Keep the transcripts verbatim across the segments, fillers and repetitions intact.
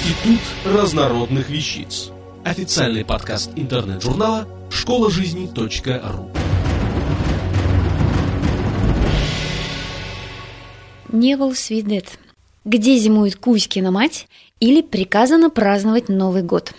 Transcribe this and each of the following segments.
Институт разнородных вещиц. Официальный подкаст интернет-журнала школа жизни точка ру. Невал Свидет. Где зимует Кузькина мать? Или приказано праздновать Новый год?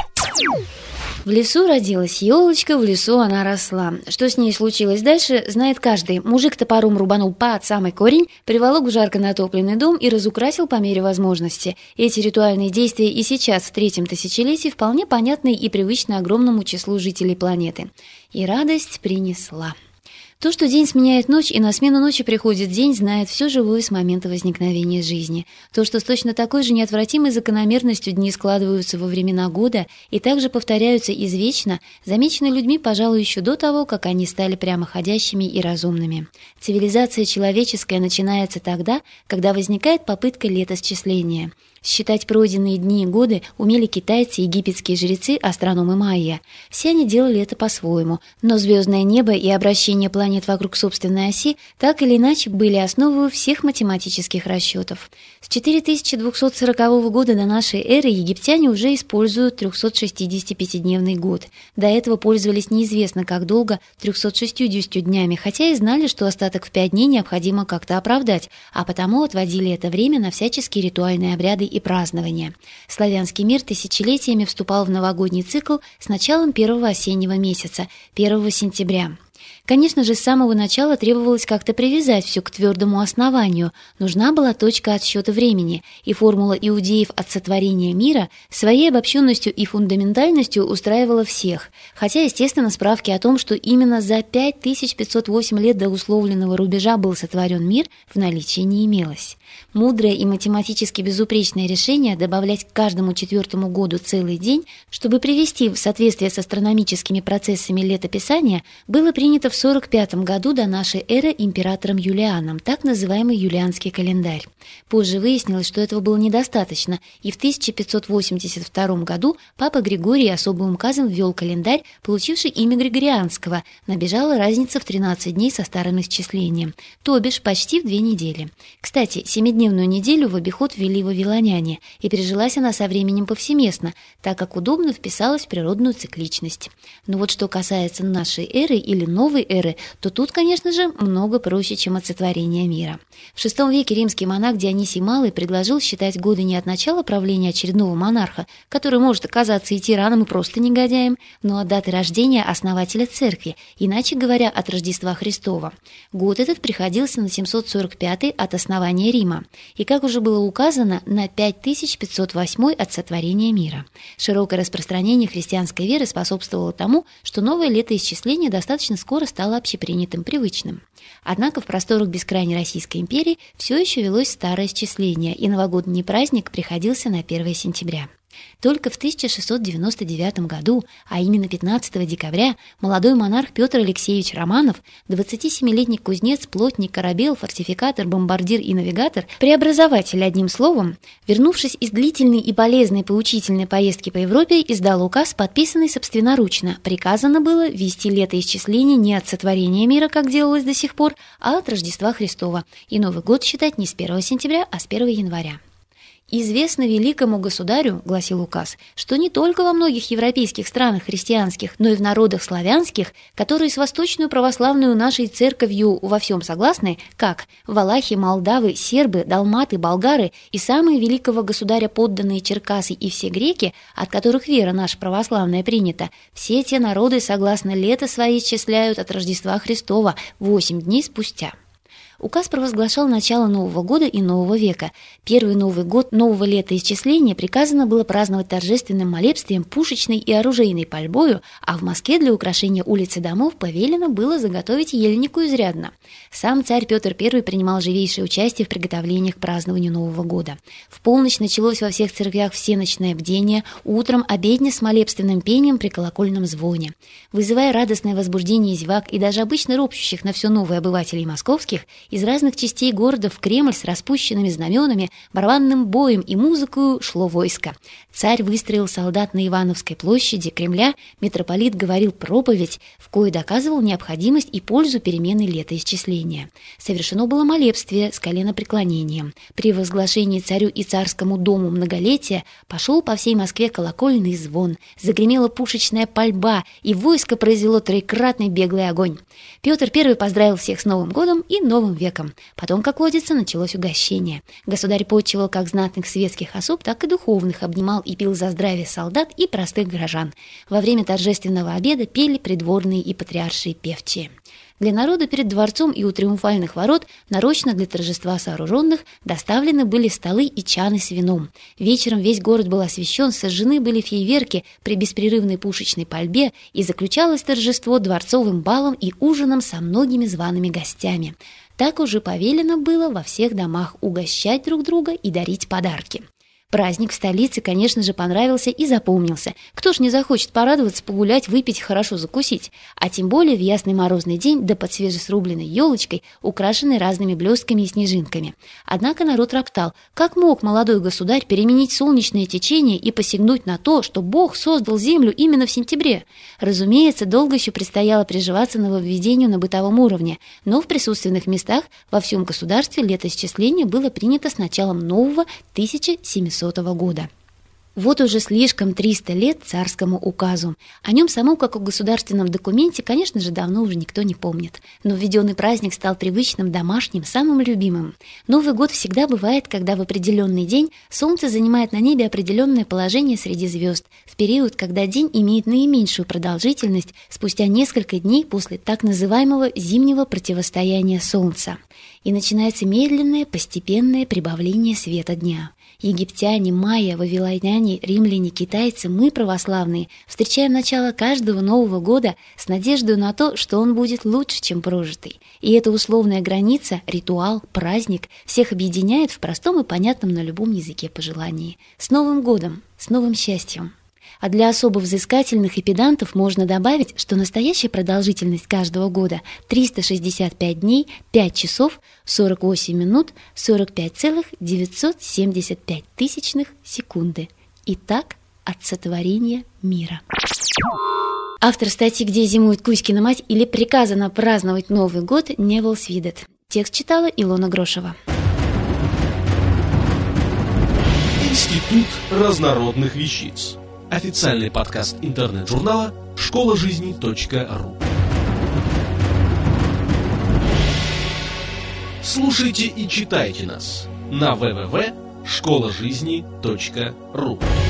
В лесу родилась елочка, в лесу она росла. Что с ней случилось дальше, знает каждый. Мужик топором рубанул под самый корень, приволок в жарко натопленный дом и разукрасил по мере возможности. Эти ритуальные действия и сейчас, в третьем тысячелетии, вполне понятны и привычны огромному числу жителей планеты. И радость принесла. То, что день сменяет ночь, и на смену ночи приходит день, знает все живое с момента возникновения жизни. То, что с точно такой же неотвратимой закономерностью дни складываются во времена года и также повторяются извечно, замечено людьми, пожалуй, еще до того, как они стали прямоходящими и разумными. Цивилизация человеческая начинается тогда, когда возникает попытка летосчисления. Считать пройденные дни и годы умели китайцы, египетские жрецы, астрономы майя. Все они делали это по-своему, но звездное небо и обращение планет вокруг собственной оси так или иначе были основой всех математических расчетов. С четыре тысячи двухсот сорокового года до нашей эры египтяне уже используют трехсотшестидесятипятидневный год. До этого пользовались неизвестно как долго, трехсот шестьюдесятью днями, хотя и знали, что остаток в пять дней необходимо как-то оправдать, а потому отводили это время на всяческие ритуальные обряды и празднования. Славянский мир тысячелетиями вступал в новогодний цикл с началом первого осеннего месяца, первого сентября. Конечно же, с самого начала требовалось как-то привязать все к твердому основанию. Нужна была точка отсчета времени, и формула иудеев от сотворения мира своей обобщенностью и фундаментальностью устраивала всех, хотя, естественно, справки о том, что именно за пять тысяч пятьсот восемь лет до условленного рубежа был сотворен мир, в наличии не имелось. Мудрое и математически безупречное решение добавлять к каждому четвертому году целый день, чтобы привести в соответствие с астрономическими процессами летописания, было принято в сорок пятом году до нашей эры императором Юлианом, так называемый юлианский календарь. Позже выяснилось, что этого было недостаточно, и в тысяча пятьсот восемьдесят втором году папа Григорий особым указом ввел календарь, получивший имя Григорианского. Набежала разница в тринадцать дней со старым исчислением, то бишь почти в две недели. Кстати, семидневную неделю в обиход ввели вавилоняне, и пережилась она со временем повсеместно, так как удобно вписалась в природную цикличность. Но вот что касается нашей эры или новой эры, то тут, конечно же, много проще, чем от сотворения мира. В шестом веке римский монах Дионисий Малый предложил считать годы не от начала правления очередного монарха, который может оказаться и тираном, и просто негодяем, но от даты рождения основателя церкви, иначе говоря, от Рождества Христова. Год этот приходился на семьсот сорок пятый от основания Рима, и, как уже было указано, на пять тысяч пятьсот восьмой от сотворения мира. Широкое распространение христианской веры способствовало тому, что новое летоисчисление достаточно скоро стало общепринятым, привычным. Однако в просторах бескрайней Российской империи все еще велось старое исчисление, и новогодний праздник приходился на первое сентября. Только в тысяча шестьсот девяносто девятом году, а именно пятнадцатого декабря, молодой монарх Петр Алексеевич Романов, двадцатисемилетний кузнец, плотник, корабел, фортификатор, бомбардир и навигатор, преобразователь одним словом, вернувшись из длительной и полезной поучительной поездки по Европе, издал указ, подписанный собственноручно. Приказано было вести летоисчисление не от сотворения мира, как делалось до сих пор, а от Рождества Христова, и Новый год считать не с первого сентября, а с первого января. «Известно великому государю, — гласил указ, — что не только во многих европейских странах христианских, но и в народах славянских, которые с восточную православную нашей церковью во всем согласны, как валахи, молдавы, сербы, далматы, болгары и самые великого государя подданные черкасы и все греки, от которых вера наша православная принята, все те народы согласно лето свои исчисляют от Рождества Христова восемь дней спустя». Указ провозглашал начало Нового года и Нового века. Первый Новый год нового летоисчисления приказано было праздновать торжественным молебствием, пушечной и оружейной пальбою, а в Москве для украшения улиц и домов повелено было заготовить ельнику изрядно. Сам царь Петр Первый принимал живейшее участие в приготовлениях к празднованию Нового года. В полночь началось во всех церквях всеночное бдение, утром обедня с молебственным пением при колокольном звоне. Вызывая радостное возбуждение зевак и даже обычно ропщущих на все новое обывателей московских, Из разных частей города в Кремль с распущенными знаменами, барабанным боем и музыкой шло войско. Царь выстроил солдат на Ивановской площади Кремля, митрополит говорил проповедь, в кое доказывал необходимость и пользу перемены летоисчисления. Совершено было молебствие с коленопреклонением. При возглашении царю и царскому дому многолетия пошел по всей Москве колокольный звон, загремела пушечная пальба, и войско произвело троекратный беглый огонь. Петр Первый поздравил всех с Новым годом и Новым веком. Потом, как водится, началось угощение. Государь почивал как знатных светских особ, так и духовных, обнимал и пил за здравие солдат и простых горожан. Во время торжественного обеда пели придворные и патриаршие певчие. Для народа перед дворцом и у триумфальных ворот нарочно для торжества сооруженных доставлены были столы и чаны с вином. Вечером весь город был освещен, сожжены были фейерверки при беспрерывной пушечной пальбе, и заключалось торжество дворцовым балом и ужином со многими зваными гостями. Так уже повелено было во всех домах угощать друг друга и дарить подарки. Праздник в столице, конечно же, понравился и запомнился. Кто ж не захочет порадоваться, погулять, выпить, хорошо закусить? А тем более в ясный морозный день, да под свежесрубленной елочкой, украшенной разными блестками и снежинками. Однако народ роптал. Как мог молодой государь переменить солнечное течение и посягнуть на то, что Бог создал землю именно в сентябре? Разумеется, долго еще предстояло приживаться нововведению на бытовом уровне, но в присутственных местах во всем государстве летоисчисление было принято с началом нового тысяча семисотого года. Вот уже слишком триста лет царскому указу. О нем самом, как о государственном документе, конечно же, давно уже никто не помнит. Но введенный праздник стал привычным, домашним, самым любимым. Новый год всегда бывает, когда в определенный день Солнце занимает на небе определенное положение среди звезд, в период, когда день имеет наименьшую продолжительность спустя несколько дней после так называемого зимнего противостояния Солнца. И начинается медленное, постепенное прибавление света дня. Египтяне, майя, вавилоняне, римляне, китайцы, мы, православные, встречаем начало каждого Нового года с надеждой на то, что он будет лучше, чем прожитый. И эта условная граница, ритуал, праздник всех объединяет в простом и понятном на любом языке пожелании. С Новым годом, с новым счастьем! А для особо взыскательных и педантов можно добавить, что настоящая продолжительность каждого года триста шестьдесят пять дней, пять часов, сорок восемь минут, сорок пять целых девятьсот семьдесят пять тысячных секунды. И так от сотворения мира. Автор статьи «Где зимует Кузькина мать» или «Приказано праздновать Новый год» Невил Свидет. Текст читала Илона Грошева. Институт разнородных вещиц. Официальный подкаст интернет-журнала школа жизни точка ру. Слушайте и читайте нас на дабл ю дабл ю дабл ю точка школа жизни точка ру.